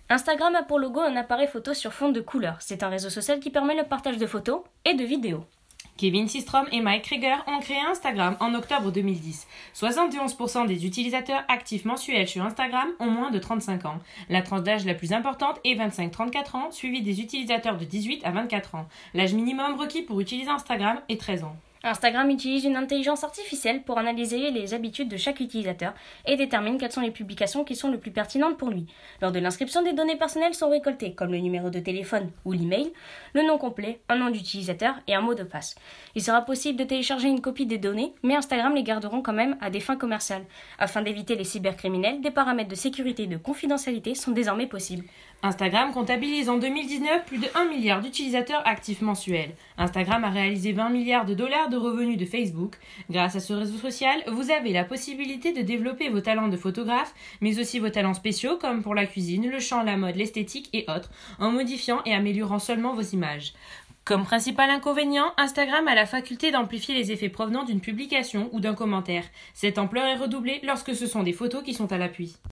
Instagram a pour logo un appareil photo sur fond de couleur. C'est un réseau social qui permet le partage de photos et de vidéos. Kevin Systrom et Mike Krieger ont créé Instagram en octobre 2010. 71% des utilisateurs actifs mensuels sur Instagram ont moins de 35 ans. La tranche d'âge la plus importante est 25-34 ans, suivie des utilisateurs de 18 à 24 ans. L'âge minimum requis pour utiliser Instagram est 13 ans. Instagram utilise une intelligence artificielle pour analyser les habitudes de chaque utilisateur et détermine quelles sont les publications qui sont les plus pertinentes pour lui. Lors de l'inscription, des données personnelles sont récoltées, comme le numéro de téléphone ou l'email, le nom complet, un nom d'utilisateur et un mot de passe. Il sera possible de télécharger une copie des données, mais Instagram les garderont quand même à des fins commerciales. Afin d'éviter les cybercriminels, des paramètres de sécurité et de confidentialité sont désormais possibles. Instagram comptabilise en 2019 plus de 1 milliard d'utilisateurs actifs mensuels. Instagram a réalisé 20 milliards de dollars de revenus de Facebook. Grâce à ce réseau social, vous avez la possibilité de développer vos talents de photographe, mais aussi vos talents spéciaux comme pour la cuisine, le chant, la mode, l'esthétique et autres, en modifiant et améliorant seulement vos images. Comme principal inconvénient, Instagram a la faculté d'amplifier les effets provenant d'une publication ou d'un commentaire. Cette ampleur est redoublée lorsque ce sont des photos qui sont à l'appui.